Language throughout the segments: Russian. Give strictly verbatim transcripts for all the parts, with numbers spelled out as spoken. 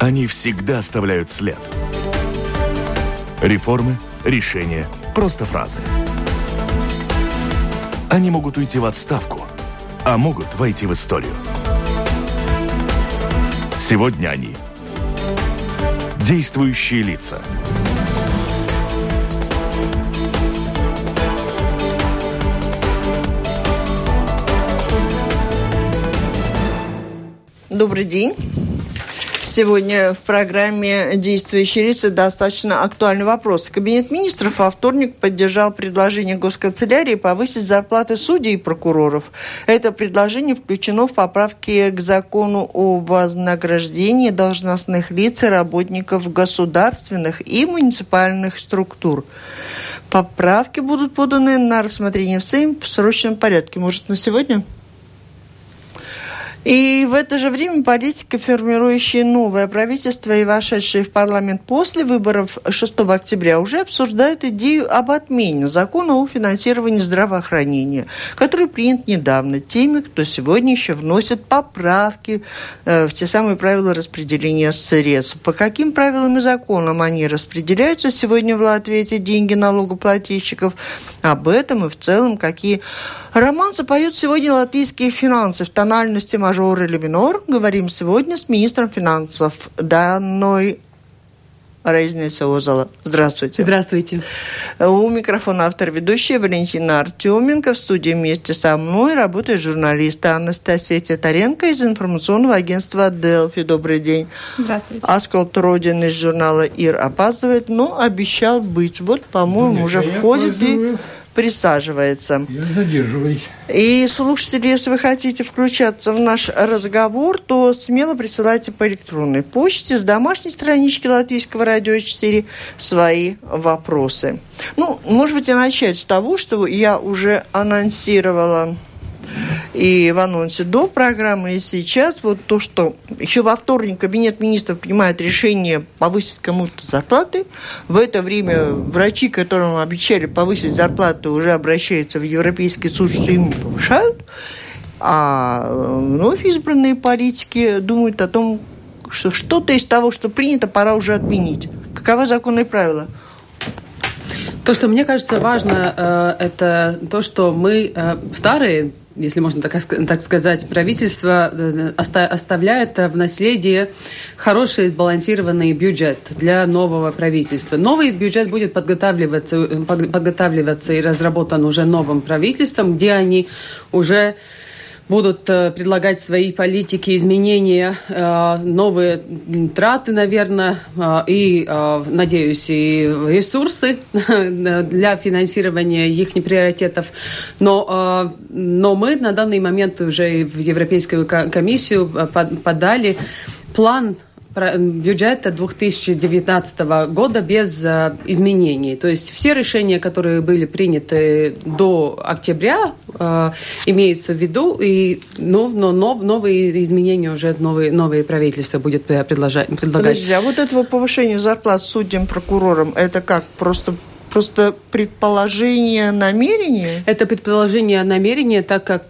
Они всегда оставляют след. Реформы, решения, просто фразы. Они могут уйти в отставку, а могут войти в историю. Сегодня они – действующие лица. Добрый день. Сегодня в программе «Действующие лица» достаточно актуальный вопрос. Кабинет министров во вторник поддержал предложение госканцелярии повысить зарплаты судей и прокуроров. Это предложение включено в поправки к закону о вознаграждении должностных лиц и работников государственных и муниципальных структур. Поправки будут поданы на рассмотрение в Сейм в срочном порядке. Может, на сегодня? И в это же время политики, формирующие новое правительство и вошедшие в парламент после выборов шестого октября, уже обсуждают идею об отмене закона о финансировании здравоохранения, который принят недавно теми, кто сегодня еще вносит поправки э, в те самые правила распределения средств. По каким правилам и законам они распределяются сегодня в Латвии, эти деньги налогоплательщиков? Об этом и в целом, какие романсы поют сегодня латвийские финансы в тональности мажор или минор. Говорим сегодня с министром финансов Даной Рейзнеса-Озола. Здравствуйте. Здравствуйте. У микрофона автор-ведущая Валентина Артеменко. В студии вместе со мной работает журналист Анастасия Титаренко из информационного агентства «Делфи». Добрый день. Здравствуйте. Аскольд Родин из журнала «Ир» опаздывает, но обещал быть. Вот, по-моему, Нет, уже входит и присаживается. Я задерживаюсь. И, слушатели, если вы хотите включаться в наш разговор, то смело присылайте по электронной почте с домашней странички Латвийского радио четыре свои вопросы. Ну, может быть, и начать с того, что я уже анонсировала и в анонсе до программы, и сейчас вот то, что еще во вторник Кабинет министров принимает решение повысить кому-то зарплаты. В это время врачи, которым обещали повысить зарплату, уже обращаются в Европейский суд, что им не повышают. А вновь избранные политики думают о том, что что-то из того, что принято, пора уже отменить. Каковы законные правила? То, что мне кажется важно, это то, что мы старые, если можно так, так сказать, правительство оставляет в наследие хороший сбалансированный бюджет для нового правительства. Новый бюджет будет подготавливаться, подготавливаться и разработан уже новым правительством, где они уже будут предлагать свои политики, изменения, новые траты, наверное, и, надеюсь, и ресурсы для финансирования их приоритетов. Но, но мы на данный момент уже в Европейскую комиссию подали план бюджета две тысячи девятнадцатого года без э, изменений. То есть все решения, которые были приняты до октября, э, имеются в виду, и ну, но, но новые изменения уже новые, новые правительства будет предлагать. Подожди, а вот этого повышения зарплат судьям, прокурорам, это как, просто... Просто предположение намерения? Это предположение намерения, так как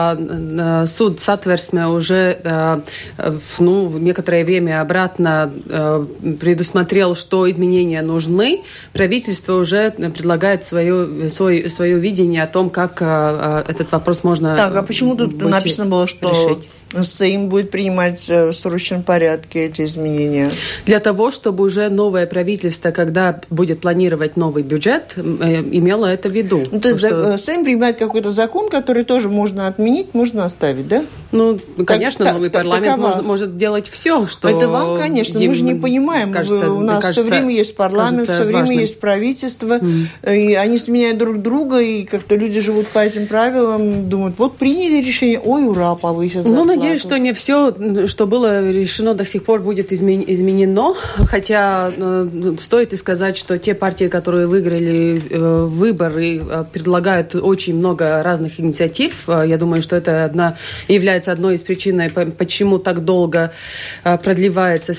э, суд Сатверсме уже э, ну, некоторое время обратно э, предусмотрел, что изменения нужны. Правительство уже предлагает свое, свое, свое видение о том, как э, этот вопрос можно Так, а почему тут написано было, что решить? Сейм будет принимать в срочном порядке эти изменения? Для того, чтобы уже новое правительство, когда будет планировать новый бюджет, имело это в виду. Ну, то есть что... Сейм принимает какой-то закон, который тоже можно отменить, можно оставить, да? Ну, конечно, так, новый так, парламент такова... может, может делать все, что... Это вам, конечно, мы же не понимаем. Кажется, у нас кажется, все время есть парламент, все время важным. Есть правительство, mm. и они сменяют друг друга, и как-то люди живут по этим правилам, думают, вот приняли решение, ой, ура, повысят зарплату. Ну, надеюсь, что не все, что было решено до сих пор, будет изменено, хотя э, стоит и сказать, что те партии, которые выиграли э, выборы, э, предлагают очень много разных инициатив. Я думаю, что это одна, является одной из причин, почему так долго э, продлевается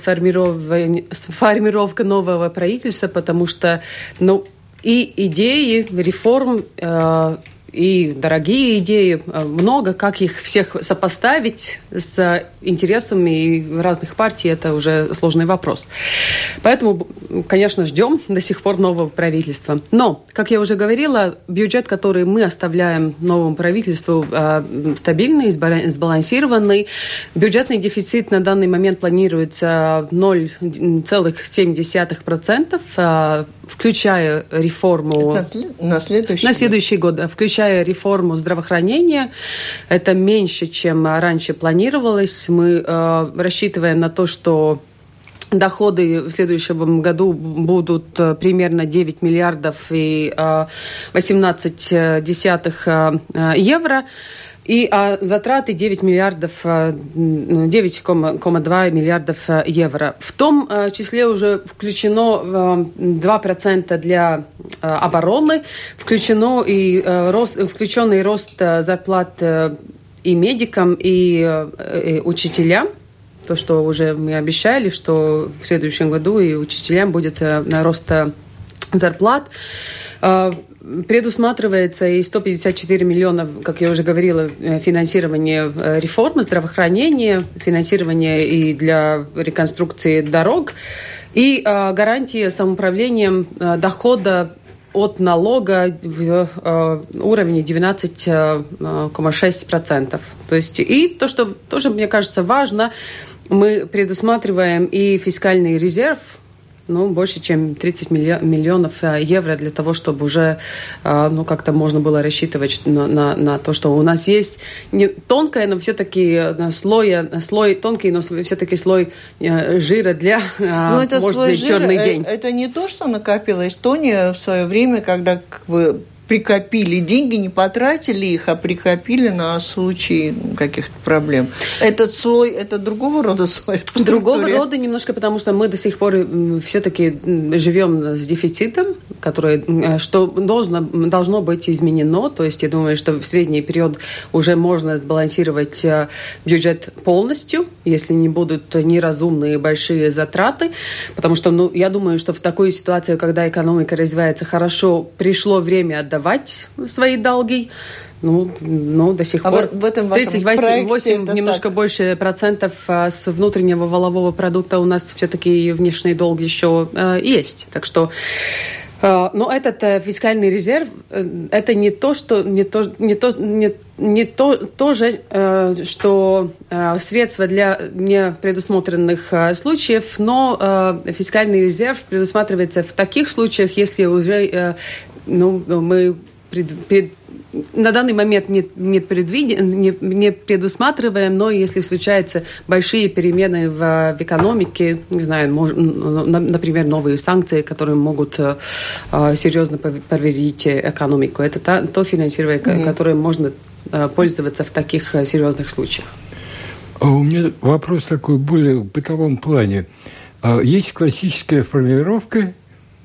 сформировка нового правительства, потому что, ну, и идеи реформ э, и дорогие идеи, много. Как их всех сопоставить с интересами разных партий, это уже сложный вопрос. Поэтому, конечно, ждем до сих пор нового правительства. Но, как я уже говорила, бюджет, который мы оставляем новому правительству, стабильный, сбалансированный. Бюджетный дефицит на данный момент планируется ноль целых семь десятых процента, включая реформу... На, след... на следующий, на следующий год. год, включая реформу здравоохранения. Это меньше, чем раньше планировалось. Мы э, рассчитываем на то, что доходы в следующем году будут примерно девять миллиардов и восемнадцать десятых евро. И а, затраты девять миллиардов, девять целых два миллиардов евро. В том числе уже включено два процента для обороны, включено и рост, включенный рост зарплат и медикам, и, и учителям. То, что уже мы обещали, что в следующем году и учителям будет рост зарплат. Предусматривается и сто пятьдесят четыре миллиона, как я уже говорила, финансирование реформы здравоохранения, финансирование и для реконструкции дорог, и э, гарантии самоуправлением э, дохода от налога в э, уровне двенадцать целых шесть десятых процента. То есть, и то, что тоже, мне кажется, важно, мы предусматриваем и фискальный резерв, ну, больше, чем тридцать миллионов евро для того, чтобы уже, ну, как-то можно было рассчитывать на, на, на то, что у нас есть не тонкое, но все-таки слой, слой тонкий, но все-таки слой жира для, но это может слой быть, жира, черный день. Это не то, что накопила Эстония в свое время, когда как бы прикопили деньги, не потратили их, а прикопили на случай каких-то проблем. Этот слой, это другого рода слой? Другого рода немножко, потому что мы до сих пор все-таки живем с дефицитом, который, что должно, должно быть изменено. То есть я думаю, что в средний период уже можно сбалансировать бюджет полностью, если не будут неразумные большие затраты. Потому что, ну, я думаю, что в такой ситуации, когда экономика развивается хорошо, пришло время отдавать свои долги. Ну, ну, до сих а пор в этом, тридцать восемь, немножко так. Больше процентов с внутреннего валового продукта у нас все-таки внешний долг еще э, есть. Так что, э, но этот э, фискальный резерв, э, это не то, что не то, не то, не, не то, то же, э, что э, средства для непредусмотренных э, случаев, но э, фискальный резерв предусматривается в таких случаях, если уже э, ну, мы пред, пред, на данный момент не, не, предвид... не, не предусматриваем, но если случаются большие перемены в, в экономике, не знаю, мож, например, новые санкции, которые могут э, серьезно повредить экономику, это та, то финансирование, mm-hmm. которое можно э, пользоваться в таких э, серьезных случаях. А у меня вопрос такой более в бытовом плане. Есть классическая формулировка: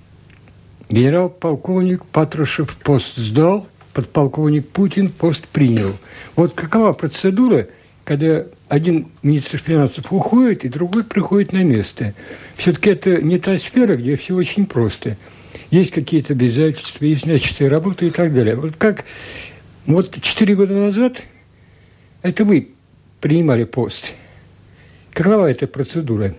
генерал-полковник Патрушев пост сдал, подполковник Путин пост принял. Вот какова процедура, когда один министр финансов уходит, и другой приходит на место? Все-таки это не та сфера, где все очень просто. Есть какие-то обязательства, есть начатая работа и так далее. Вот как вот четыре года назад это вы принимали пост. Какова эта процедура?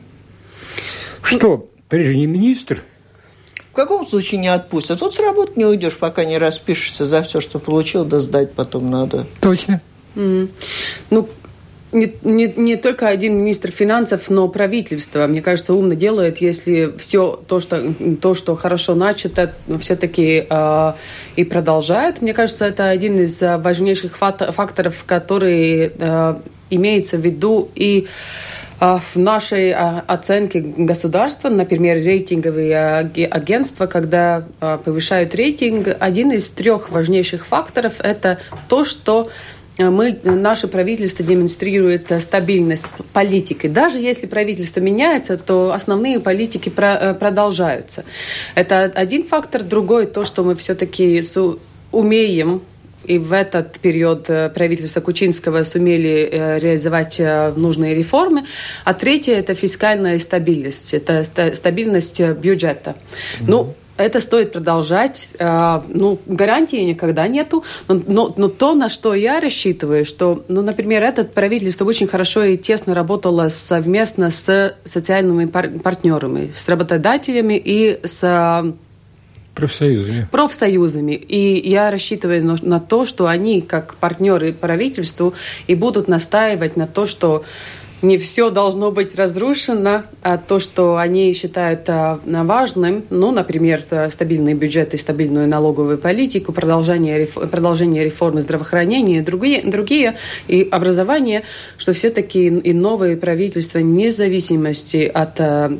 Что, прежний министр... В каком случае не отпустят? Вот с работы не уйдешь, пока не распишешься за все, что получил, да сдать потом надо. Точно. Mm. Ну, не, не, не только один министр финансов, но правительство, мне кажется, умно делает, если все то, что, то, что хорошо начато, все-таки э, и продолжает. Мне кажется, это один из важнейших факторов, которые э, имеется в виду и в нашей оценке государства, например, рейтинговые агентства, когда повышают рейтинг, один из трех важнейших факторов – это то, что мы, наше правительство демонстрирует стабильность политики. Даже если правительство меняется, то основные политики продолжаются. Это один фактор. Другой – то, что мы все-таки умеем. И в этот период правительства Кучинского сумели реализовать нужные реформы. А третье – это фискальная стабильность, это стабильность бюджета. Mm-hmm. Ну, это стоит продолжать. Ну, гарантии никогда нету. Но, но, но то, на что я рассчитываю, что, ну, например, это правительство очень хорошо и тесно работало совместно с социальными пар- партнерами, с работодателями и с профсоюзами. профсоюзами. И я рассчитываю на, на то, что они, как партнеры правительству, и будут настаивать на то, что не все должно быть разрушено, а то, что они считают а, важным, ну, например, стабильный бюджет и стабильную налоговую политику, продолжение, продолжение реформы здравоохранения, другие, другие и образование, что все-таки и новые правительства, вне зависимости от а,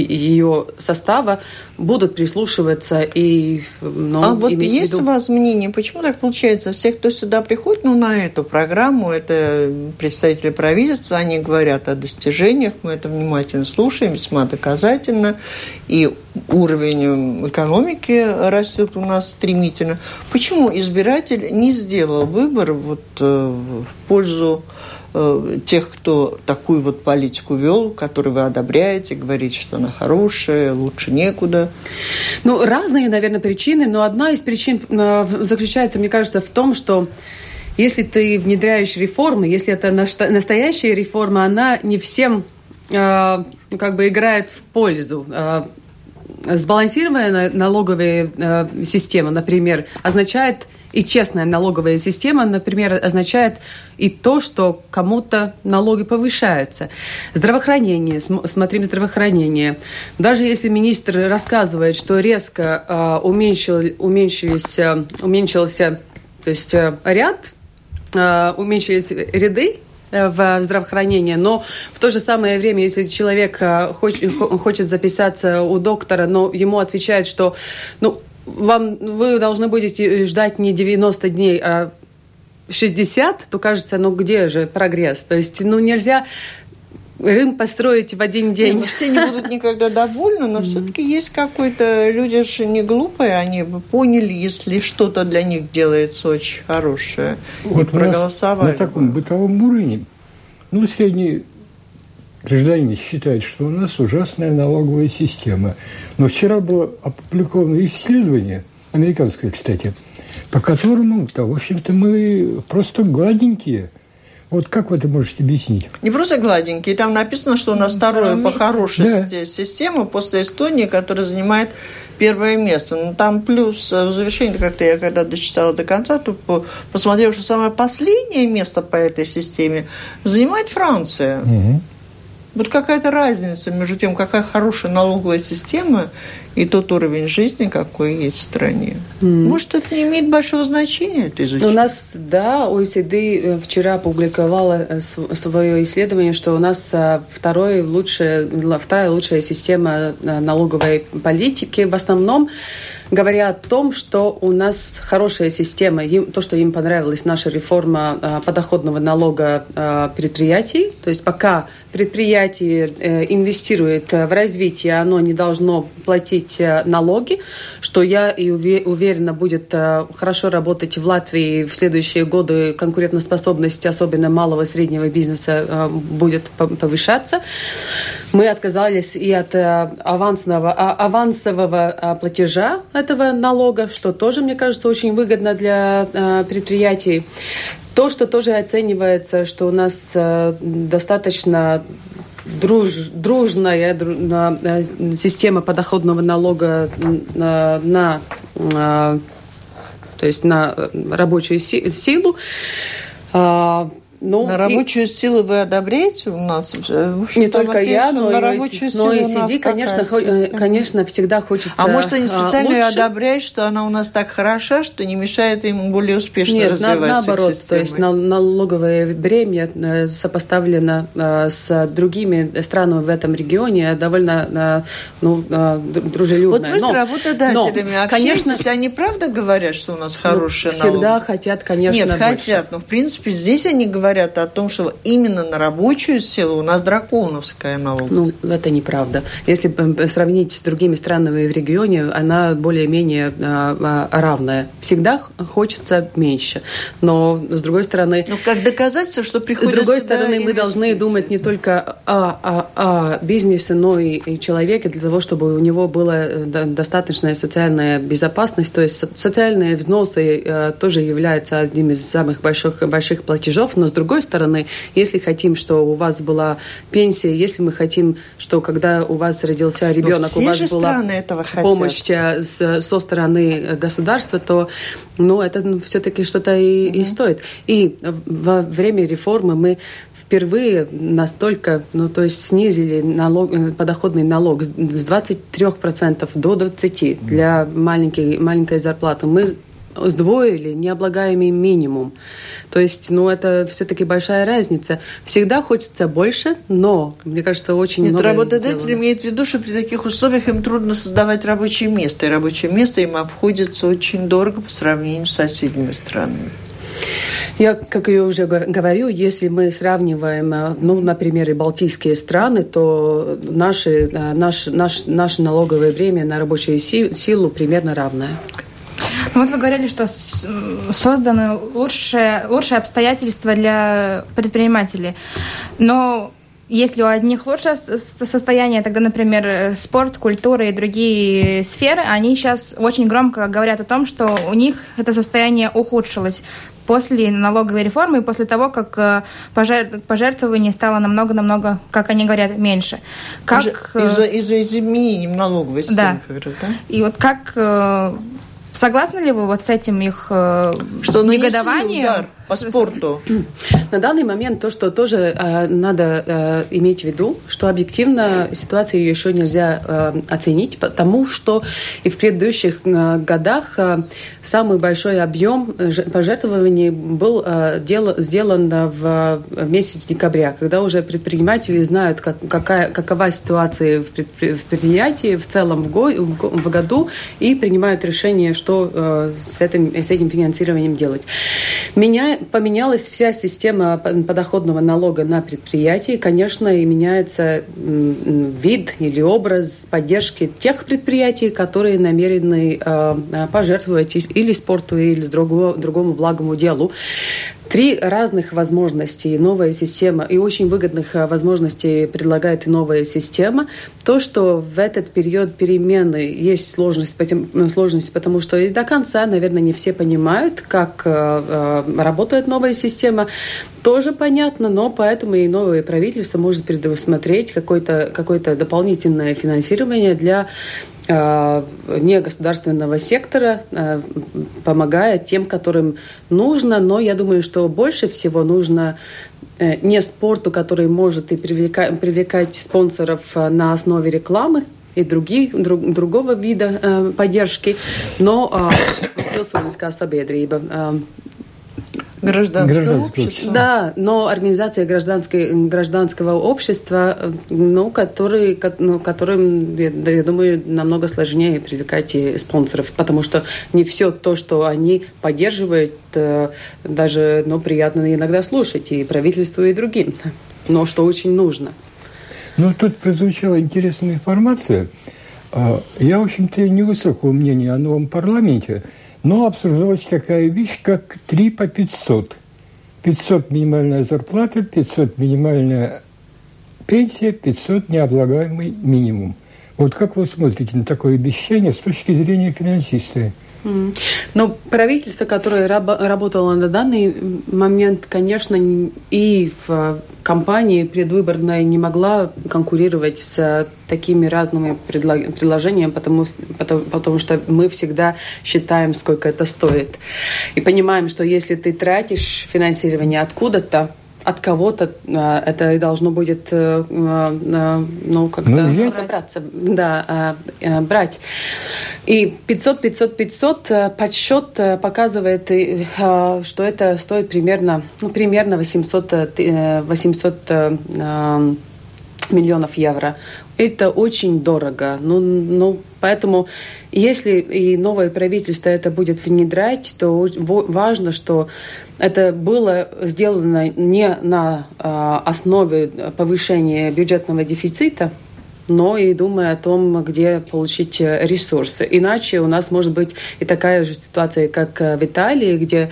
ее состава, будут прислушиваться и, ну, а вот иметь есть в виду... у вас мнение, почему так получается? Все, кто сюда приходит, ну, на эту программу, это представители правительства, они говорят о достижениях, мы это внимательно слушаем, весьма доказательно, и уровень экономики растет у нас стремительно. Почему избиратель не сделал выбор вот, э, в пользу э, тех, кто такую вот политику вел, которую вы одобряете, говорите, что она хорошая, лучше некуда? Ну, разные, наверное, причины, но одна из причин э, заключается, мне кажется, в том, что если ты внедряешь реформы, если это настоящая реформа, она не всем э, как бы играет в пользу. Э, сбалансированная налоговая э, система, например, означает, и честная налоговая система, например, означает и то, что кому-то налоги повышаются. Здравоохранение, смотрим здравоохранение. Даже если министр рассказывает, что резко э, уменьшил, уменьшился, уменьшился то есть, э, ряд, уменьшились ряды в здравоохранении, но в то же самое время, если человек хочет записаться у доктора, но ему отвечают, что ну, вам, вы должны будете ждать не девяносто дней, а шестьдесят, то кажется, ну где же прогресс? То есть ну, нельзя Рим построить в один день. Нет, все не будут никогда довольны, но mm-hmm. все-таки есть какой-то... Люди же не глупые, они бы поняли, если что-то для них делается очень хорошее. Вот и проголосовали. На таком бытовом уровне, ну, средний гражданин считает, что у нас ужасная налоговая система. Но вчера было опубликовано исследование, американское, кстати, по которому, да, в общем-то, мы просто гладенькие. Вот как вы это можете объяснить? Не просто гладенькие. Там написано, что у нас второе по хорошей да. системе после Эстонии, которая занимает первое место. Но там плюс в завершении, как-то я когда дочитала до конца, то посмотрела, что самое последнее место по этой системе занимает Франция. Угу. Вот какая-то разница между тем, какая хорошая налоговая система и тот уровень жизни, какой есть в стране. Mm. Может, это не имеет большого значения, это изучение? У нас, да, о и си ди вчера опубликовала свое исследование, что у нас второе лучшее, вторая лучшая система налоговой политики. В основном говоря о том, что у нас хорошая система, им, то, что им понравилась наша реформа э, подоходного налога э, предприятий, то есть пока предприятие э, инвестирует в развитие, оно не должно платить э, налоги, что я и уверена будет э, хорошо работать в Латвии в следующие годы, конкурентоспособность, особенно малого и среднего бизнеса, э, будет повышаться. Мы отказались и от э, авансового, а, авансового э, платежа этого налога, что тоже, мне кажется, очень выгодно для э, предприятий. То, что тоже оценивается, что у нас э, достаточно друж, дружная дру, э, система подоходного налога на, на, э, то есть на рабочую си, силу. Э, Ну, на рабочую и... силу вы одобряете у нас? В общем, не только я, но на и рабочую силу о и си ди, конечно, конечно, всегда хочется А может, они специально лучше? ее одобряют, что она у нас так хороша, что не мешает им более успешно Нет, развивать на, наоборот, системы? то есть налоговое бремя сопоставлено с другими странами в этом регионе довольно ну, дружелюбное. Вот вы с работодателями но, общаетесь, конечно, они правда говорят, что у нас хорошая ну, налоговая? Всегда хотят, конечно, Нет, больше. хотят, но в принципе здесь они говорят, говорят о том, что именно на рабочую силу у нас драконовская налоговая. Ну, это неправда. Если сравнить с другими странами в регионе, она более-менее а, равная. Всегда хочется меньше. Но, с другой стороны... Ну, как доказательство, что приходится... С другой стороны, мы должны думать не только о, о, о бизнесе, но и, и человеке, для того, чтобы у него была достаточная социальная безопасность. То есть социальные взносы э, тоже являются одним из самых больших, больших платежов. Но, с другой стороны, если хотим, что у вас была пенсия, если мы хотим, что когда у вас родился ребенок, у вас была помощь с, со стороны государства, то ну, это ну, все-таки что-то и, mm-hmm. и стоит. И во время реформы мы впервые настолько, ну, то есть снизили налог, подоходный налог с двадцати трёх процентов до двадцати процентов для маленькой, маленькой зарплаты. Мы сдвоили необлагаемый минимум. То есть, ну, это все-таки большая разница. Всегда хочется больше, но, мне кажется, очень Нет, много работодатель сделано. имеет в виду, что при таких условиях им трудно создавать рабочее место, и рабочее место им обходится очень дорого по сравнению с соседними странами. Я, как я уже говорю, если мы сравниваем, ну, например, и балтийские страны, то наши, наш, наш, наше налоговое бремя на рабочую силу примерно равное. Вот вы говорили, что созданы лучшие, лучшие обстоятельства для предпринимателей. Но если у одних лучшее состояние, тогда, например, спорт, культура и другие сферы, они сейчас очень громко говорят о том, что у них это состояние ухудшилось после налоговой реформы и после того, как пожертвований стало намного-намного, как они говорят, меньше. Как... Из-за, из-за изменений в налоговой системе, да. говорят, да? И вот как... Согласны ли вы вот с этим их что негодованием? Удар по спорту. На данный момент то, что тоже э, надо э, иметь в виду, что объективно ситуацию еще нельзя э, оценить, потому что и в предыдущих э, годах э, самый большой объем пожертвований был э, дел, сделан в месяц декабря, когда уже предприниматели знают, как, какая, какова ситуация в, предпри, в предприятии в целом в, го, в, в году и принимают решение, что э, с, этим, с этим финансированием делать. Меня поменялась вся система подоходного налога на предприятии. Конечно, и меняется вид или образ поддержки тех предприятий, которые намерены пожертвовать или спорту, или другому, другому благому делу. Три разных возможности новая система, и очень выгодных возможностей предлагает и новая система. То, что в этот период перемены есть сложность, сложность, потому что и до конца, наверное, не все понимают, как э, работает новая система. Тоже понятно, но поэтому и новое правительство может предусмотреть какое-то, какое-то дополнительное финансирование для негосударственного сектора, помогая тем, которым нужно. Но я думаю, что больше всего нужно не спорту, который может и привлекать, привлекать спонсоров на основе рекламы и других, друг, другого вида э, поддержки, но пилсoniskā sabiedrība. Э, Гражданское общество. Да, но организация гражданского общества, ну, который, ну, которым, я, я думаю, намного сложнее привлекать и спонсоров, потому что не все то, что они поддерживают, даже, ну, приятно иногда слушать и правительству, и другим, но что очень нужно. Ну, тут прозвучала интересная информация. Я, в общем-то, невысокого мнения о новом парламенте, но обсуждалась такая вещь, как три по пятьсот. пятьсот минимальная зарплата, пятьсот минимальная пенсия, пятьсот необлагаемый минимум. Вот как вы смотрите на такое обещание с точки зрения финансиста? Mm. Но правительство, которое раб- работало на данный момент, конечно, и в кампании предвыборной не могла конкурировать с такими разными предло- предложениями, потому, потому, потому что мы всегда считаем, сколько это стоит. И понимаем, что если ты тратишь финансирование откуда-то, от кого-то это должно будет, ну, как-то ну, браться, да, брать. И пятьсот, пятьсот, пятьсот подсчет показывает, что это стоит примерно, ну, примерно восемьсот, восемьсот миллионов евро. Это очень дорого. Ну, ну, поэтому, если и новое правительство это будет внедрять, то важно, что это было сделано не на э, основе повышения бюджетного дефицита, но и думая о том, где получить ресурсы. Иначе у нас может быть и такая же ситуация, как в Италии, где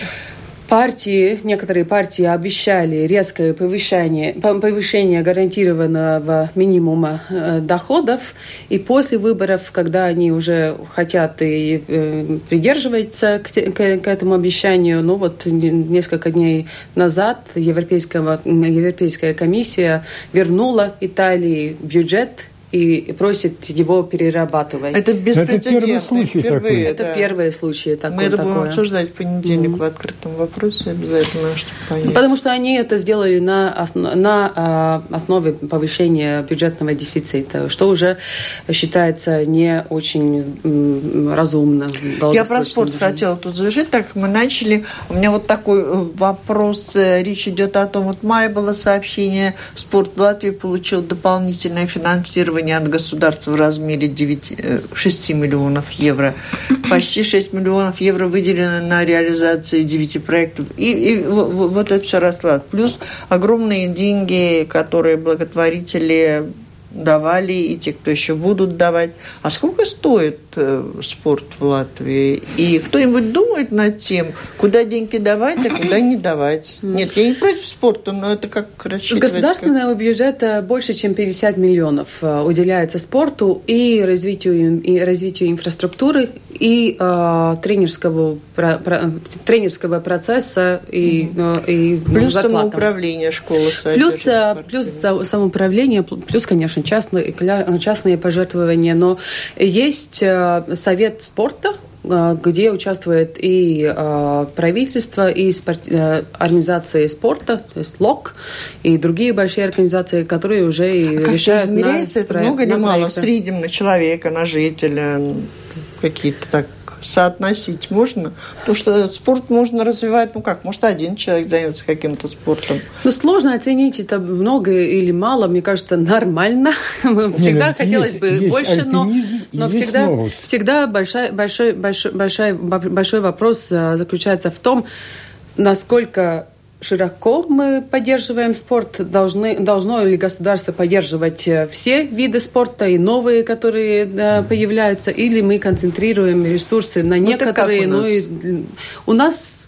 партии, некоторые партии обещали резкое повышение, повышение гарантированного минимума э, доходов, и после выборов, когда они уже хотят и э, придерживаться к, к, к этому обещанию, ну вот несколько дней назад Европейская, Европейская комиссия вернула Италии бюджет и просит его перерабатывать. Это беспрецедентно. Это первый случай впервые, Это да. первый случай такой. Мы это будем такое. обсуждать в понедельник Mm-hmm. в открытом вопросе обязательно, чтобы понять. Потому что они это сделали на, основ, на а, основе повышения бюджетного дефицита, что уже считается не очень м, разумно. Я про спорт режиме. хотела тут завершить. Так мы начали. У меня вот такой вопрос. Речь идет о том, вот в мае было сообщение, спорт в Латвии получил дополнительное финансирование от государства в размере девяти, шести миллионов евро. Почти шесть миллионов евро выделено на реализацию девяти проектов. И, и вот это все расклад. Плюс огромные деньги, которые благотворители давали, и те, кто еще будут давать. А сколько стоит э, спорт в Латвии? И кто-нибудь думает над тем, куда деньги давать, а куда не давать? Нет, я не против спорта, но это как рассчитывать. С государственного как... бюджета больше, чем пятьдесят миллионов уделяется спорту и развитию, и развитию инфраструктуры, и э, тренерского, про, про, тренерского процесса, и, mm-hmm. э, и плюс зарплатам. Самоуправление школы. Плюс, плюс самоуправление, плюс, конечно, частные, частные пожертвования, но есть совет спорта, где участвует и правительство, и спорт, организации спорта, то есть ЛОК, и другие большие организации, которые уже и а решают... Как измеряется это много или мало в среднем на человека, на жителя? Какие-то так соотносить можно? Потому что спорт можно развивать, ну как, может один человек заняться каким-то спортом. Ну, сложно оценить, это много или мало, мне кажется, нормально. Всегда Нет, хотелось есть, бы есть больше, но, но всегда, всегда большой, большой, большой, большой, большой вопрос заключается в том, насколько широко мы поддерживаем спорт, должны, должно ли государство поддерживать все виды спорта и новые, которые да, появляются, или мы концентрируем ресурсы на некоторые. Ну, ну, и, у нас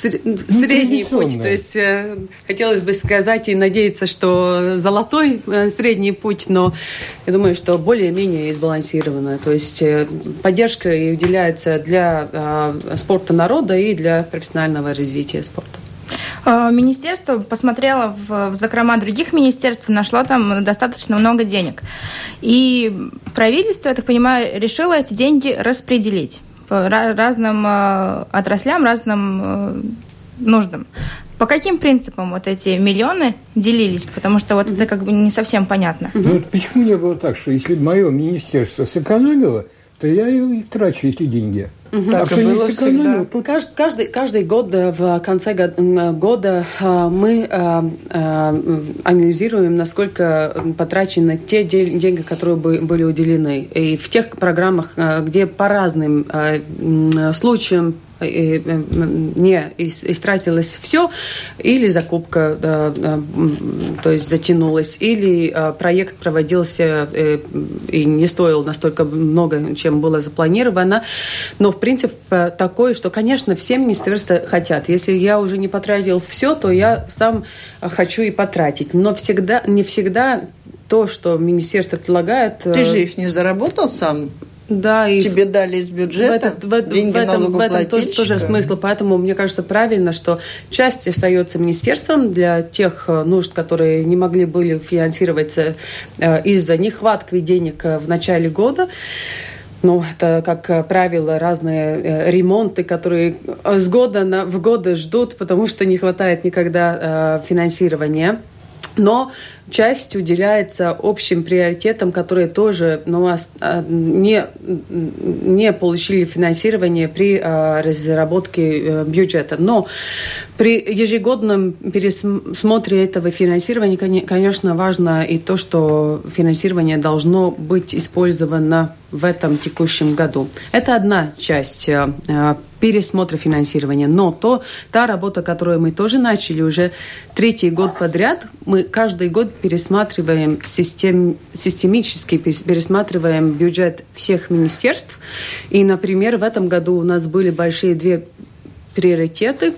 средний путь, то есть э, хотелось бы сказать и надеяться, что золотой э, средний путь, но я думаю, что более-менее сбалансированно, то есть э, поддержка и уделяется для э, спорта народа и для профессионального развития спорта. Министерство посмотрело в, в закрома других министерств, нашло там достаточно много денег. И правительство, я так понимаю, решило эти деньги распределить по разным э, отраслям, разным э, нуждам. По каким принципам вот эти миллионы делились? Потому что вот это как бы не совсем понятно. Ну вот почему не было так, что если мое министерство сэкономило, то я и трачу эти деньги. Угу. Так а и было всегда. Тут... Каждый, каждый, каждый год в конце года мы анализируем, насколько потрачены те деньги, которые были уделены. И в тех программах, где по разным случаям не истратилось все, или закупка, то есть затянулась, или проект проводился и не стоил настолько много, чем было запланировано. Но, в принципе, такое, что, конечно, все министерства хотят. Если я уже не потратил все, то я сам хочу и потратить. Но всегда, не всегда то, что министерство предлагает... Ты же их не заработал сам? Да, и тебе дали из бюджета в, этот, в, деньги в этом, в этом тоже, тоже смысл. Поэтому, мне кажется, правильно, что часть остается министерством для тех нужд, которые не могли были финансироваться э, из-за нехватки денег в начале года. Ну, это, как правило, разные э, ремонты, которые с года на, в год ждут, потому что не хватает никогда э, финансирования. Но часть уделяется общим приоритетам, которые тоже ну, не, не получили финансирование при разработке бюджета. Но при ежегодном пересмотре этого финансирования, конечно, важно и то, что финансирование должно быть использовано в этом текущем году. Это одна часть пересмотра финансирования. Но то, та работа, которую мы тоже начали уже третий год подряд, мы каждый год пересматриваем систем, системически пересматриваем бюджет всех министерств. И, например, в этом году у нас были большие две приоритеты.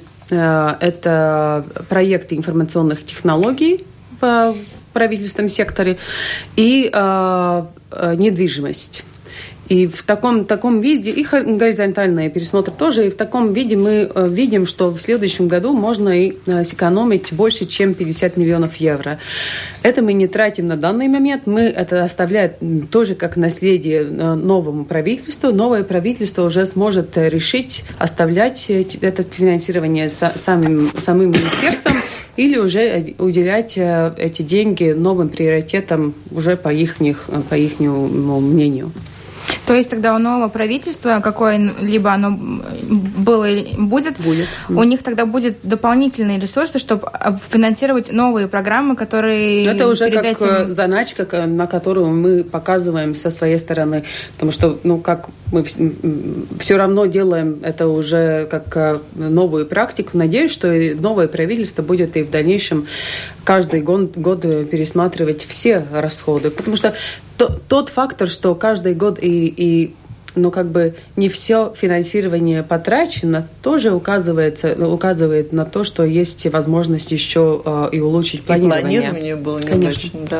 Это проекты информационных технологий в правительственном секторе и недвижимость. И в таком, таком виде, и горизонтальный пересмотр тоже, и в таком виде мы видим, что в следующем году можно и сэкономить больше, чем пятьдесят миллионов евро. Это мы не тратим на данный момент, мы это оставляем тоже как наследие новому правительству. Новое правительство уже сможет решить, оставлять это финансирование самим, самим министерством или уже уделять эти деньги новым приоритетам уже по их, по их мнению. То есть тогда у нового правительства, какое-либо оно было или будет, будет, у них тогда будет дополнительные ресурсы, чтобы финансировать новые программы, которые... Это уже как этим... заначка, на которую мы показываем со своей стороны. Потому что, ну, как мы все равно делаем это уже как новую практику. Надеюсь, что новое правительство будет и в дальнейшем каждый год, год пересматривать все расходы. Потому что тот фактор, что каждый год и, и ну, как бы не все финансирование потрачено, тоже указывается, указывает на то, что есть возможность еще э, и улучшить планирование. И планирование было неудачно, да.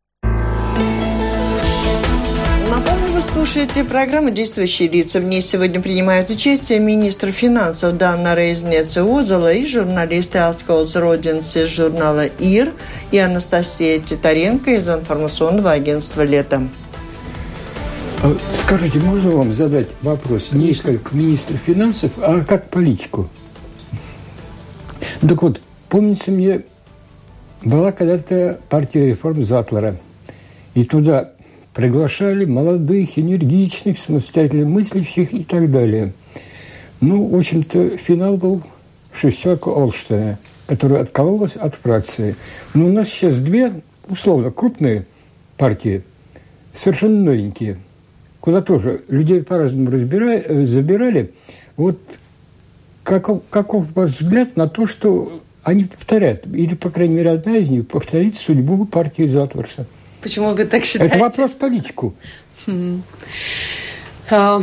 Напомню, вы слушаете программу «Действующие лица». В ней сегодня принимают участие министр финансов Дана Рейзнеце-Озола и журналисты Асколс Родинс из журнала «Ир» и Анастасия Титаренко из информационного агентства «Лето». Скажите, можно вам задать вопрос не как министр финансов, а как политику? Так вот, помнится мне, была когда-то партия реформ Затлера, и туда приглашали молодых, энергичных, самостоятельно мыслящих и так далее. Ну, в общем-то, финал был шестерка Олштейна, которая откололась от фракции. Но у нас сейчас две, условно, крупные партии, совершенно новенькие, куда тоже людей по-разному разбирали, забирали. Вот каков, каков ваш взгляд на то, что они повторяют, или, по крайней мере, одна из них повторит судьбу партии Затлерса? Почему вы так считаете? Это вопрос политику. Mm-hmm. Uh,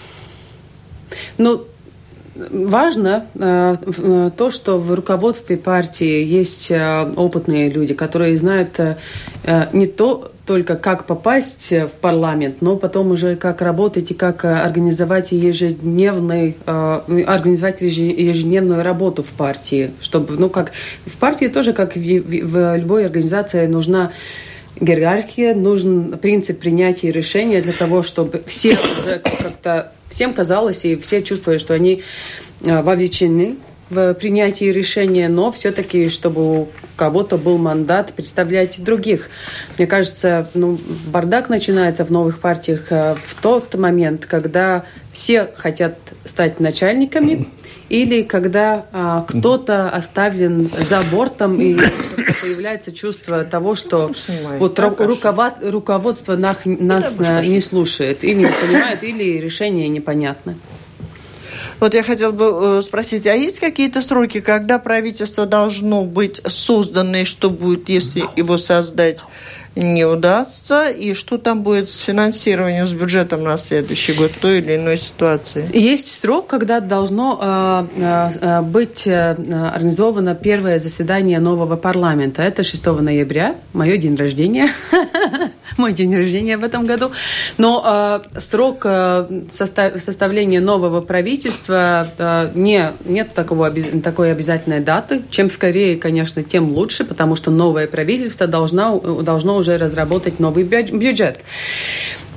ну, важно uh, то, что в руководстве партии есть uh, опытные люди, которые знают uh, не то только как попасть в парламент, но потом уже как работать и как организовать ежедневный, uh, организовать ежедневную работу в партии, чтобы, ну, как в партии тоже, как в, в любой организации, нужна иерархия, нужен принцип принятия решения для того, чтобы все уже как-то, всем казалось, и все чувствовали, что они вовлечены в принятии решения, но все-таки, чтобы у кого-то был мандат представлять других. Мне кажется, ну, бардак начинается в новых партиях в тот момент, когда все хотят стать начальниками, или когда а, кто-то оставлен за бортом, и появляется чувство того, что вот руковод, руководство нас, нас не слушает, или не понимает, или решение непонятно. Вот я хотела бы спросить, а есть какие-то сроки, когда правительство должно быть создано, и что будет, если его создать не удастся, и что там будет с финансированием, с бюджетом на следующий год в той или иной ситуации? Есть срок, когда должно э, э, быть э, организовано первое заседание нового парламента. Это шестого ноября, мой день рождения. Мой день рождения в этом году. Но э, срок э, состав, составления нового правительства э, не, нет такого, обез, такой обязательной даты. Чем скорее, конечно, тем лучше, потому что новое правительство должно, должно уже разработать новый бюджет.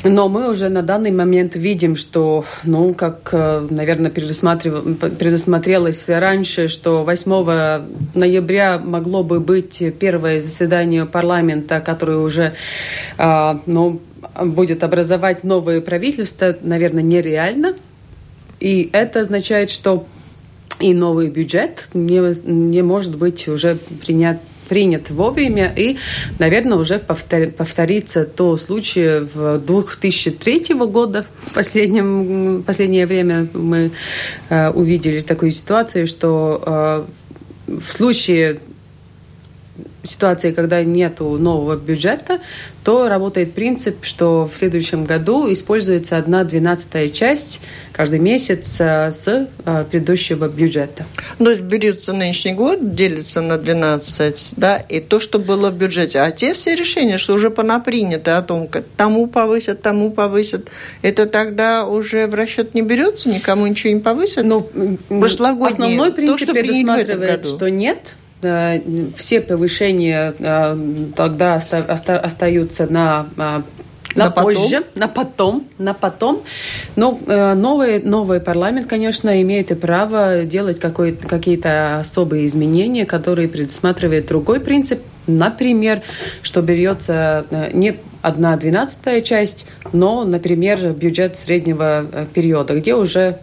Но мы уже на данный момент видим, что, ну, как, наверное, предусмотрелось раньше, что восьмого ноября могло бы быть первое заседание парламента, которое уже, ну, будет образовать новое правительство, наверное, нереально. И это означает, что и новый бюджет не, не может быть уже принят принят вовремя, и, наверное, уже повтор, повторится то случай в две тысячи третьего года. В последнем, последнее время мы э, увидели такую ситуацию, что э, в случае ситуации, когда нет нового бюджета, то работает принцип, что в следующем году используется одна двенадцатая часть каждый месяц с предыдущего бюджета. То есть берется нынешний год, делится на двенадцать, да, и то, что было в бюджете. А те все решения, что уже понаприняты о том, как тому повысят, тому повысят, это тогда уже в расчет не берется, никому ничего не повысят? Но прошлогодние, основной принцип то, что предусматривает, что нет. Все повышения тогда остаются на, на, на позже, потом. на потом, на потом. Но новый, новый парламент, конечно, имеет и право делать какие-то особые изменения, которые предусматривают другой принцип. Например, что берется не одна двенадцатая часть, но, например, бюджет среднего периода, где уже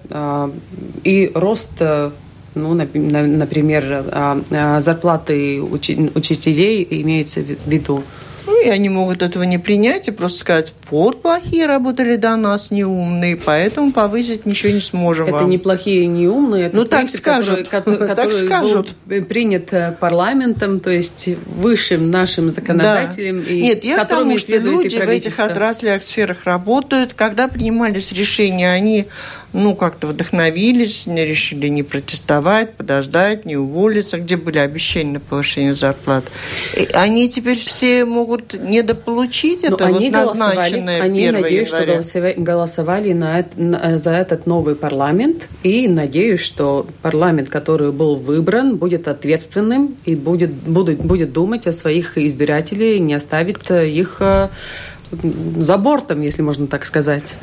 и рост, ну, например, зарплаты учителей имеется в виду. Ну, и они могут этого не принять и просто сказать, вот плохие работали до нас, неумные, поэтому повысить ничего не сможем это вам. Не плохие, не умные. Это ну, так принцип, скажут. Который, который так скажут. Был принят парламентом, то есть высшим нашим законодателем. Да. И Нет, я к тому, что люди в этих отраслях, сферах работают. Когда принимались решения, они ну, как-то вдохновились, не решили не протестовать, подождать, не уволиться, где были обещания на повышение зарплат. И они теперь все могут недополучить это, вот назначенное они, первого надеюсь, января. Что голосовали на, на, за этот новый парламент, и надеюсь, что парламент, который был выбран, будет ответственным и будет, будет, будет думать о своих избирателях, не оставит их за бортом, если можно так сказать.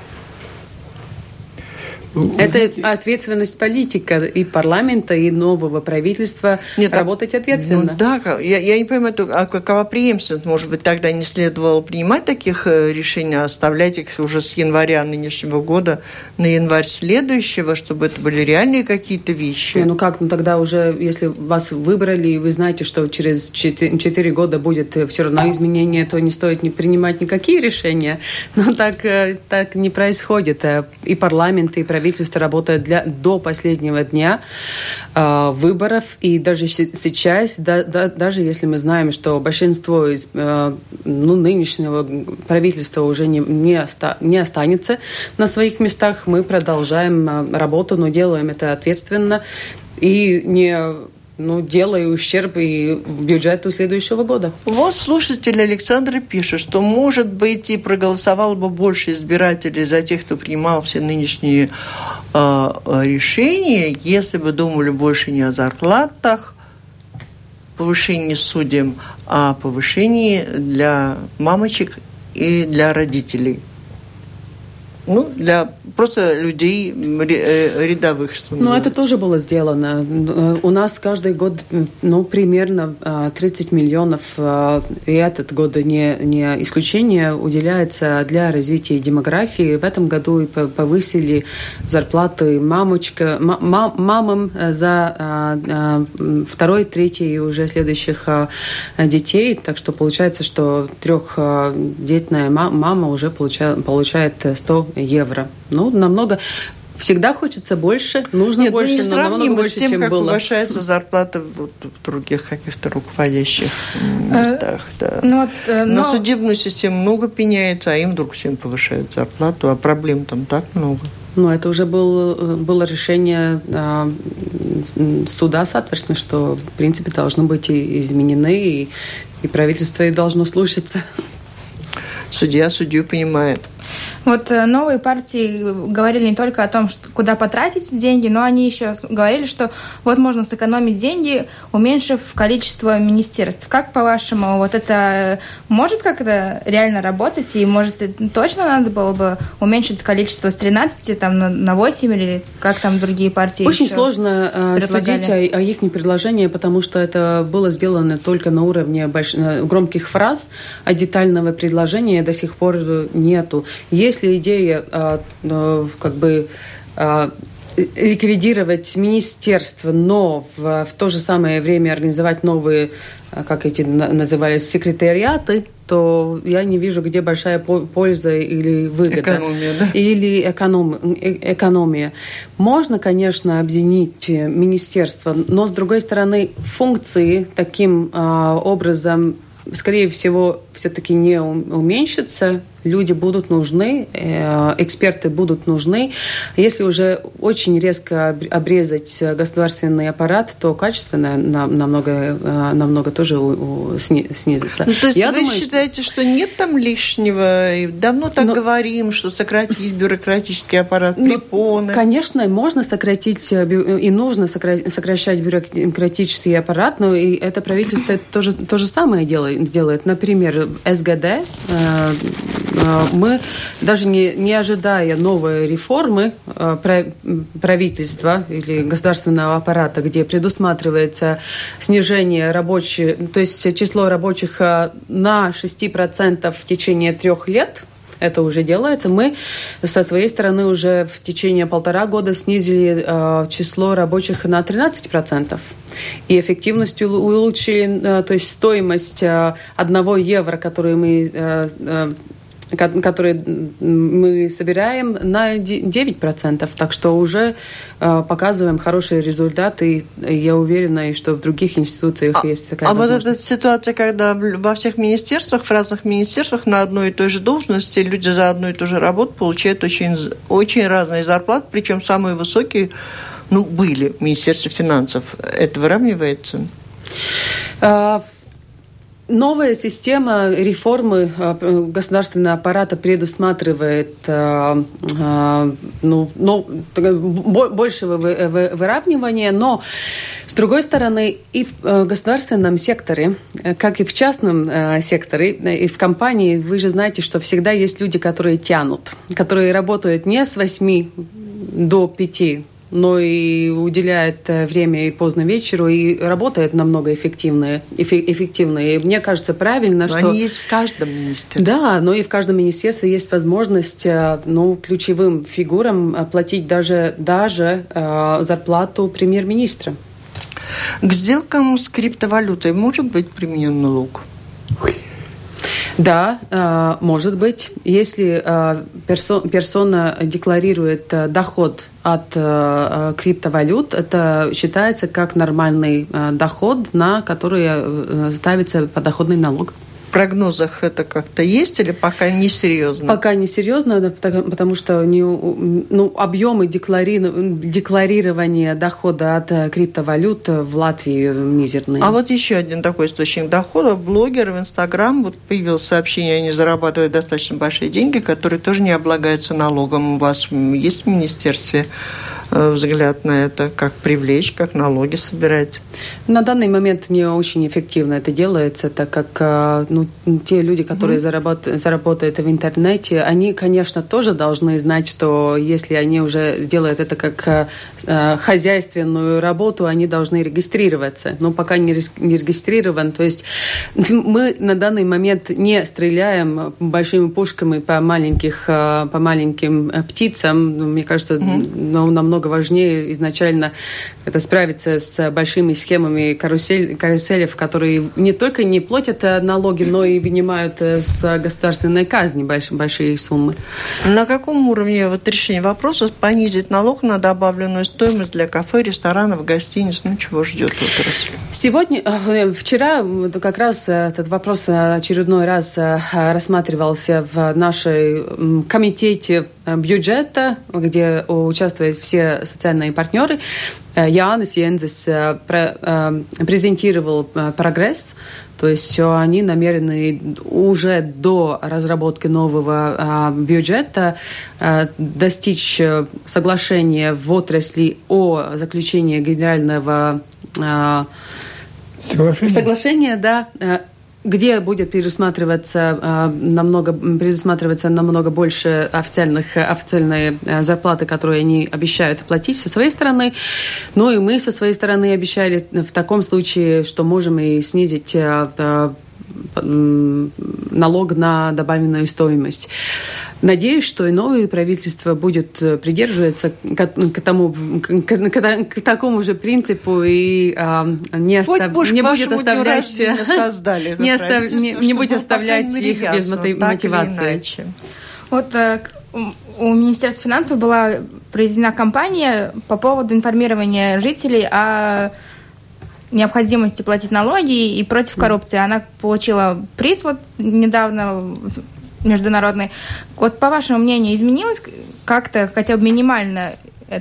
Это ответственность политика и парламента, и нового правительства. Нет, работать ответственно. Ну да, я, я не понимаю, а какова преемственность? Может быть, тогда не следовало принимать таких решений, а оставлять их уже с января нынешнего года на январь следующего, чтобы это были реальные какие-то вещи? Ну как, ну тогда уже, если вас выбрали, и вы знаете, что через четыре года будет все равно изменение, то не стоит не принимать никакие решения. Но так, так не происходит. И парламент, и правительство Правительство работает для, до последнего дня э, выборов. И даже сейчас, да, да, даже если мы знаем, что большинство из э, ну, нынешнего правительства уже не, не, оста, не останется на своих местах, мы продолжаем э, работу, но делаем это ответственно и не... ну, делая ущерб и бюджету следующего года. Вот слушатель Александр пишет, что, может быть, и проголосовало бы больше избирателей за тех, кто принимал все нынешние э, решения, если бы думали больше не о зарплатах, повышении судьям, а о повышении для мамочек и для родителей. Ну, для просто людей рядовых. Что Но это тоже было сделано. У нас каждый год, ну, примерно тридцать миллионов, и этот год не, не исключение, уделяется для развития демографии. В этом году и повысили зарплаты мамочка, мам, мамам за второй, третий и уже следующих детей. Так что получается, что трехдетная мама уже получает, получает сто евро. Ну, намного... Всегда хочется больше, нужно Нет, больше, ну, но намного больше, с тем, чем как было. повышается зарплата в, в других каких-то руководящих местах. Да. Ну, вот, но... На судебную систему много пеняется, а им вдруг всем повышают зарплату, а проблем там так много. Ну, это уже был, было решение э, суда, соответственно, что, в принципе, должны быть и изменены, и, и правительство и должно слушаться. Судья судью понимает. Вот новые партии говорили не только о том, что, куда потратить деньги, но они еще говорили, что вот можно сэкономить деньги, уменьшив количество министерств. Как, по-вашему, вот это может как-то реально работать? И, может, точно надо было бы уменьшить количество с тринадцати там, на, на восемь, или как там другие партии Очень еще сложно э, судить о, о их предложении, потому что это было сделано только на уровне больш... громких фраз, а детального предложения до сих пор нету. Если идея э, э, как бы э, ликвидировать министерство, но в, в то же самое время организовать новые, как эти назывались, секретариаты, то я не вижу, где большая польза или выгода. Экономия, да? Или эконом, экономия. Можно, конечно, объединить министерство, но, с другой стороны, функции таким а, образом, скорее всего, все-таки не уменьшатся. Люди будут нужны, эксперты будут нужны. Если уже очень резко обрезать государственный аппарат, то качество намного, намного тоже снизится. Ну, то есть Я вы думаю, считаете, что... что нет там лишнего? И давно так Но... говорим, что сократить бюрократический аппарат, препоны. Ну, конечно, можно сократить и нужно сокращать бюрократический аппарат, но и это правительство то же, то же самое делает, делает. Например, эс гэ дэ, мы, даже не, не ожидая новой реформы правительства или государственного аппарата, где предусматривается снижение рабочих, то есть число рабочих на шесть процентов в течение трех лет, это уже делается. Мы со своей стороны уже в течение полтора года снизили э, число рабочих на тринадцать процентов. И эффективность улучшили, э, то есть стоимость э, одного евро, который мы, э, э, который мы собираем, на девять процентов. Так что уже э, показываем хорошие результаты. И я уверена, что в других институциях а, есть такая А возможность. вот эта ситуация, когда во всех министерствах, в разных министерствах на одной и той же должности люди за одну и ту же работу получают очень, очень разные зарплаты, причем самые высокие, ну, были в Министерстве финансов. Это выравнивается? А, Новая система реформы государственного аппарата предусматривает э, э, ну, ну, большего выравнивания, но, с другой стороны, и в государственном секторе, как и в частном секторе, и в компании, вы же знаете, что всегда есть люди, которые тянут, которые работают не с восьми до пяти, но и уделяет время и поздно вечеру, и работает намного эффективнее. эффективнее. И мне кажется правильно, но что... они есть в каждом министерстве. Да, но и в каждом министерстве есть возможность, ну, ключевым фигурам платить даже, даже э, зарплату премьер-министра. К сделкам с криптовалютой может быть применен налог? Да, э, может быть. Если э, персо, персона декларирует э, доход от э, криптовалют, это считается как нормальный э, доход, на который э, ставится подоходный налог. В прогнозах это как-то есть или пока не серьезно? Пока не серьезно, потому что не, ну, объемы деклари... декларирования дохода от криптовалют в Латвии мизерные. А вот еще один такой источник дохода. Блогеры в Инстаграм, вот появилось сообщение, они зарабатывают достаточно большие деньги, которые тоже не облагаются налогом. У вас есть в министерстве взгляд на это, как привлечь, как налоги собирать? На данный момент не очень эффективно это делается, так как ну, те люди, которые mm-hmm. заработают, заработают в интернете, они, конечно, тоже должны знать, что если они уже делают это как э, хозяйственную работу, они должны регистрироваться. Но пока не, не регистрирован, то есть мы на данный момент не стреляем большими пушками по, маленьких, по маленьким птицам. Мне кажется, mm-hmm. ну, намного важнее изначально это справиться с большими схемами карусель, каруселев, которые не только не платят налоги, но и вынимают с государственной казни большие, большие суммы. На каком уровне вот решение вопроса понизить налог на добавленную стоимость для кафе, ресторанов, гостиниц? Ну, чего ждет отрасль? Сегодня, вчера как раз этот вопрос очередной раз рассматривался в нашей комитете бюджета, где участвуют все социальные партнеры. Jānis Jenzis презентировал прогресс То есть они намерены уже до разработки нового а, бюджета а, достичь соглашения в отрасли о заключении генерального а, соглашения. соглашения, да, где будет пересматриваться э, намного, пересматриваться намного больше официальных, официальные зарплаты, которые они обещают платить со своей стороны. Ну и мы со своей стороны обещали в таком случае, что можем и снизить э, э, налог на добавленную стоимость. Надеюсь, что и новое правительство будет придерживаться к, к, тому, к, к, к такому же принципу и а, не, остав, не будет оставлять, создали не, остав, не, не будет оставлять их без мотивации. Вот у Министерства финансов была проведена кампания по поводу информирования жителей о необходимости платить налоги и против коррупции. Она получила приз вот недавно международный. Вот по вашему мнению, изменилось как-то хотя бы минимально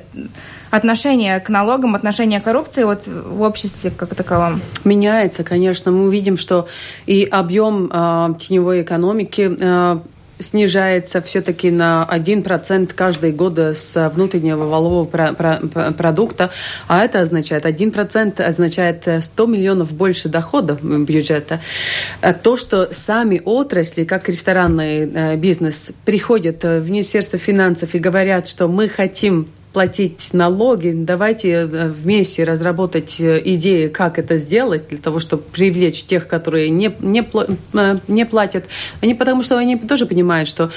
отношение к налогам, отношение к коррупции вот в обществе как таковом? Меняется, конечно. Мы видим, что и объем э, теневой экономики э, снижается все-таки на один процент каждый год с внутреннего валового про- про- продукта, а это означает, один процент означает сто миллионов больше доходов бюджета. То, что сами отрасли, как ресторанный бизнес, приходят в Министерство финансов и говорят, что мы хотим платить налоги, давайте вместе разработать идеи, как это сделать, для того, чтобы привлечь тех, которые не, не, не платят. Они, потому что они тоже понимают, что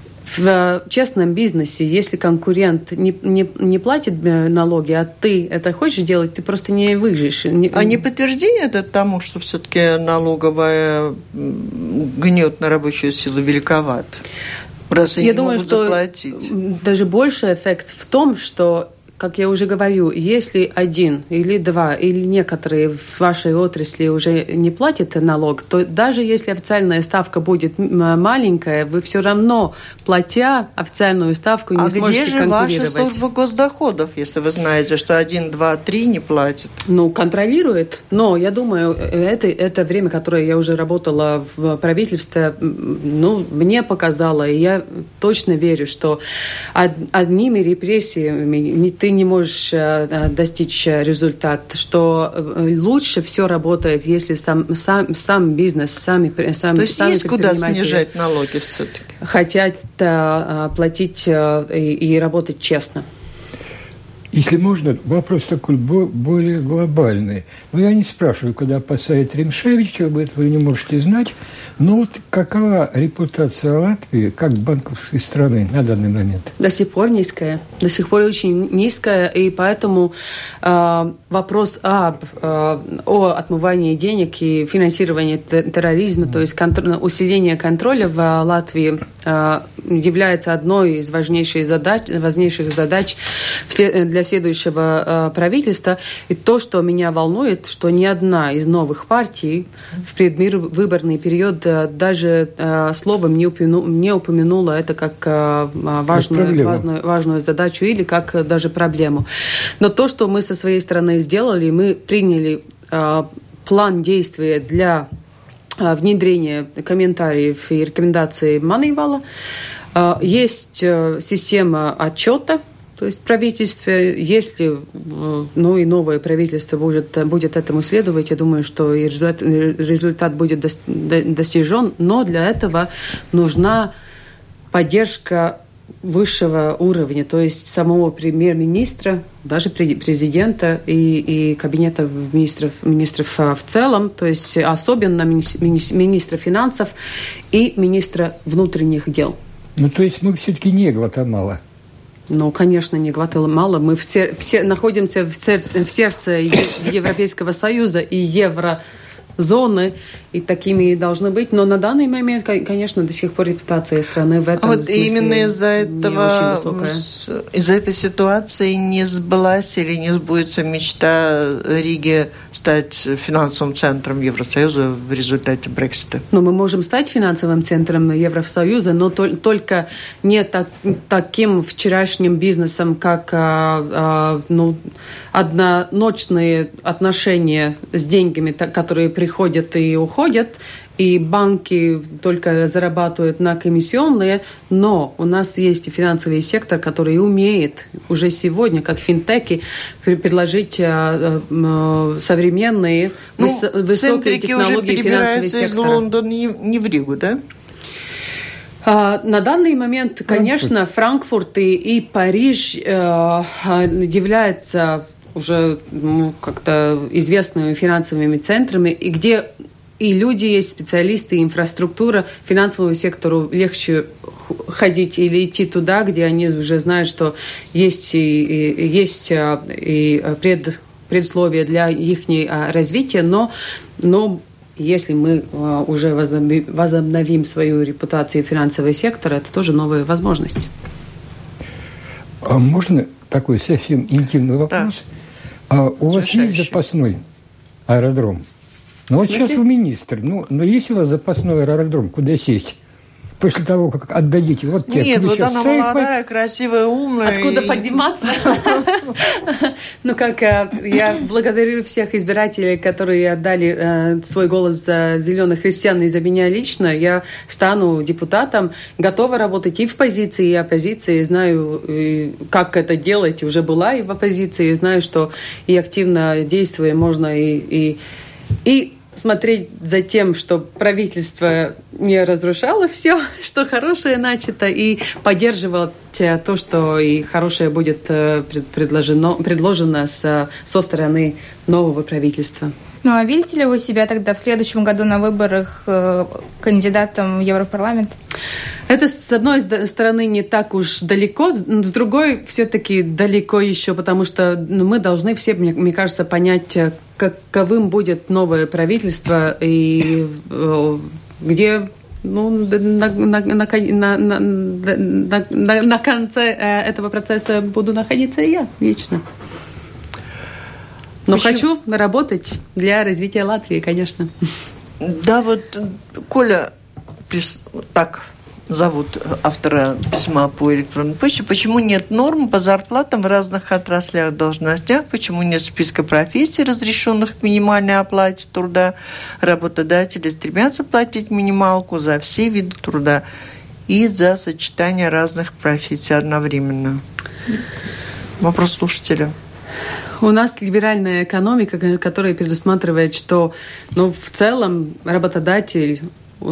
в честном бизнесе, если конкурент не, не, не платит налоги, а ты это хочешь делать, ты просто не выживешь. А не подтверждение это тому, что все-таки налоговая гнет на рабочую силу великоват? Раз я думаю, что заплатить. Даже больше эффект в том, что, как я уже говорю, если один или два, или некоторые в вашей отрасли уже не платят налог, то даже если официальная ставка будет маленькая, вы все равно, платя официальную ставку, не а сможете конкурировать. А где же ваша служба госдоходов, если вы знаете, что один, два, три не платят? Ну, контролирует. Но я думаю, это, это время, которое я уже работала в правительстве, ну, мне показало, и я точно верю, что одними репрессиями ты не можешь достичь результат, что лучше все работает, если сам, сам, сам бизнес, сами, сами То есть сами есть куда снижать налоги все-таки? Хотят а, платить а, и, и работать честно. Если можно, вопрос такой более глобальный. Ну, я не спрашиваю, когда посадят Римшевича, вы этого не можете знать, но вот какова репутация Латвии как банковской страны на данный момент? До сих пор низкая. До сих пор очень низкая, и поэтому э, вопрос об, э, о отмывании денег и финансировании терроризма, mm. то есть контр- усиление контроля в Латвии э, является одной из важнейших задач, важнейших задач для следующего э, правительства. И то, что меня волнует, что ни одна из новых партий в предвыборный период э, даже э, словом не, упомяну, не упомянула это как э, важную, как важную, важную задачу или как э, даже проблему. Но то, что мы со своей стороны сделали, мы приняли э, план действия для э, внедрения комментариев и рекомендаций Манейвала. Э, есть э, система отчета. То есть правительстве, если ну, и новое правительство будет, будет этому следовать, я думаю, что и результат, результат будет достижен, но для этого нужна поддержка высшего уровня, то есть самого премьер-министра, даже президента и, и кабинета министров, министров в целом, то есть особенно министра финансов и министра внутренних дел. Ну, то есть мы все-таки не Гватемала. Ну, конечно, не Гватемала. Мы все, все находимся в, цер- в сердце Европейского Союза и еврозоны, и такими и должны быть. Но на данный момент, конечно, до сих пор репутация страны в этом а вот смысле именно из-за этого, из-за этой ситуации не сбылась или не сбудется мечта Риги стать финансовым центром Евросоюза в результате Брексита? Ну, мы можем стать финансовым центром Евросоюза, но то- только не так, таким вчерашним бизнесом, как а, а, ну, одноночные отношения с деньгами, которые приходят приходят и уходят, и банки только зарабатывают на комиссионные, но у нас есть и финансовый сектор, который умеет уже сегодня, как финтеки, предложить современные, ну, выс- высокие технологии финансовый сектор. Из Лондона не в Ригу, да? Uh, на данный момент, конечно, Франкфурт и, и Париж uh, являются уже ну, как-то известными финансовыми центрами, и где и люди есть, специалисты, и инфраструктура. Финансовому сектору легче ходить или идти туда, где они уже знают, что есть и, и, есть и пред, предсловия для их развития, но, но если мы уже возобновим свою репутацию финансового сектора, это тоже новая возможность. А можно такой совсем интимный вопрос? Да. А у вас есть запасной аэродром? Ну вот Если... сейчас вы министр, ну, но есть у вас запасной аэродром, куда сесть? После того, как отдадите, вот те, нет, вот она сейфы. Молодая, красивая, умная. Откуда и... подниматься? Ну, как я благодарю всех избирателей, которые отдали свой голос за зеленых христиан и за меня лично. Я стану депутатом, готова работать и в позиции, и оппозиции. Знаю, как это делать. Уже была и в оппозиции. Знаю, что и активно действуя можно и... и смотреть за тем, что правительство не разрушало все, что хорошее начато, и поддерживать то, что и хорошее будет предложено, предложено со, со стороны нового правительства. Ну, а видите ли вы себя тогда в следующем году на выборах э, кандидатом в Европарламент? Это, с одной стороны, не так уж далеко, с другой, все-таки далеко еще, потому что ну, мы должны все, мне, мне кажется, понять, каковым будет новое правительство и э, где... Ну, на, на, на, на, на, на, на конце этого процесса буду находиться и я лично. Но Почему? Хочу работать для развития Латвии, конечно. Да, вот Коля, так зовут автора письма по электронной почте, почему нет норм по зарплатам в разных отраслях, должностях, почему нет списка профессий, разрешенных к минимальной оплате труда, работодатели стремятся платить минималку за все виды труда и за сочетание разных профессий одновременно. Вопрос слушателя. У нас либеральная экономика, которая предусматривает, что ну, в целом работодатель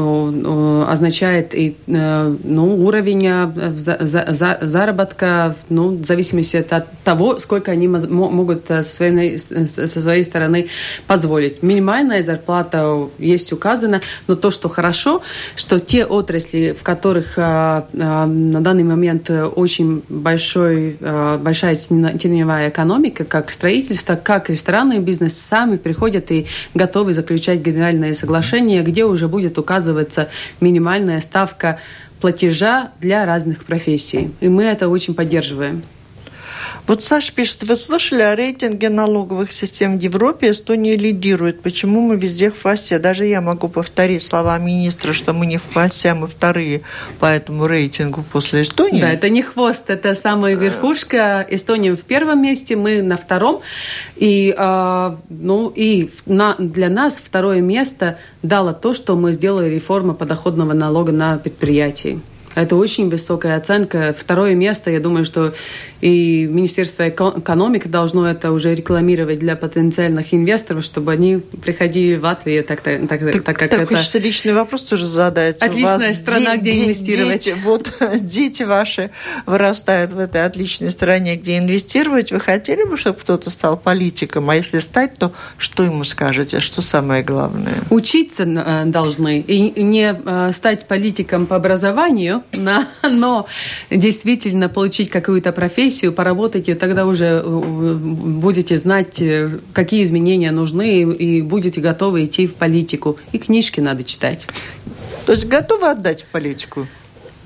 означает и ну, уровень за, за, заработка, ну, в зависимости от того, сколько они могут со своей, со своей стороны позволить. Минимальная зарплата есть указана, но то, что хорошо, что те отрасли, в которых на данный момент очень большой, большая теневая экономика, как строительство, как ресторанный бизнес, сами приходят и готовы заключать генеральные соглашения, где уже будет указано оказывается минимальная ставка платежа для разных профессий. И мы это очень поддерживаем. Вот Саша пишет, вы слышали о рейтинге налоговых систем в Европе? Эстония лидирует. Почему мы везде в хвосте? Даже я могу повторить слова министра, что мы не в хвосте, а мы вторые по этому рейтингу после Эстонии. Да, это не хвост, это самая верхушка. Эстония в первом месте, мы на втором. И, э, ну, и на, для нас второе место дало то, что мы сделали реформу подоходного налога на предприятии. Это очень высокая оценка. Второе место, я думаю, что и Министерство экономики должно это уже рекламировать для потенциальных инвесторов, чтобы они приходили в Латвию, так, так, так, так, так как так это... хочется личный вопрос тоже задать. Отличная У вас страна, де- где инвестировать. Дети, вот дети ваши вырастают в этой отличной стране, где инвестировать. Вы хотели бы, чтобы кто-то стал политиком? А если стать, то что ему скажете? Что самое главное? Учиться должны. И не стать политиком по образованию, но действительно получить какую-то профессию, поработать, и тогда уже будете знать, какие изменения нужны, и будете готовы идти в политику. И книжки надо читать. То есть готовы отдать в политику?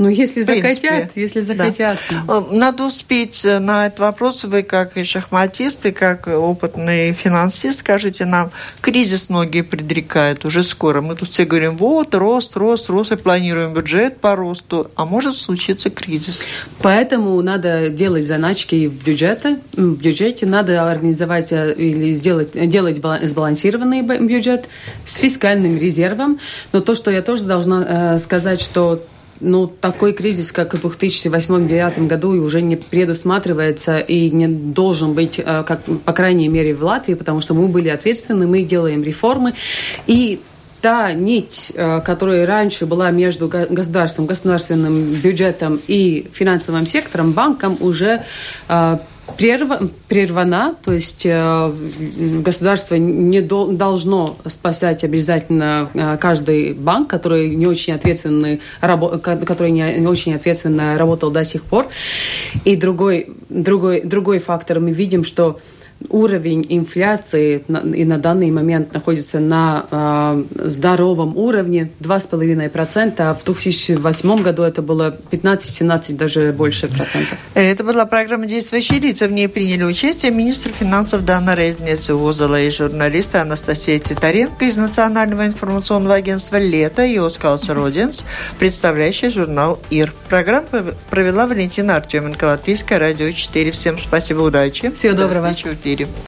Ну, если захотят, если захотят. Да. Надо успеть на этот вопрос. Вы, как и шахматист, и как опытный финансист, скажите нам, кризис многие предрекают уже скоро. Мы тут все говорим, вот, рост, рост, рост, и планируем бюджет по росту, а может случиться кризис. Поэтому надо делать заначки в бюджете. В бюджете надо организовать или сделать, делать сбалансированный бюджет с фискальным резервом. Но то, что я тоже должна э, сказать, что ну, такой кризис, как в две тысячи восьмом — две тысячи девятом году, уже не предусматривается и не должен быть, э, как, по крайней мере, в Латвии, потому что мы были ответственны, мы делаем реформы. И та нить, которая раньше была между государством, государственным бюджетом и финансовым сектором, банком, уже прервана, то есть государство не должно спасать обязательно каждый банк, который не очень ответственный, который не очень ответственно работал до сих пор. И другой, другой, другой фактор, мы видим, что уровень инфляции и на данный момент находится на э, здоровом уровне два с половиной процента, а в две тысячи восьмом году это было пятнадцать-семнадцать, даже больше процентов. Это была программа «Действующие лица». В ней приняли участие министр финансов Дана Резница-Озола и журналисты Анастасия Титаренко из Национального информационного агентства «Лето» и Оскалс Родинс, представляющий журнал «Ир». Программу провела Валентина Артеменко, Латвийское радио четыре. Всем спасибо, удачи. Всего доброго. До встречи в эфире.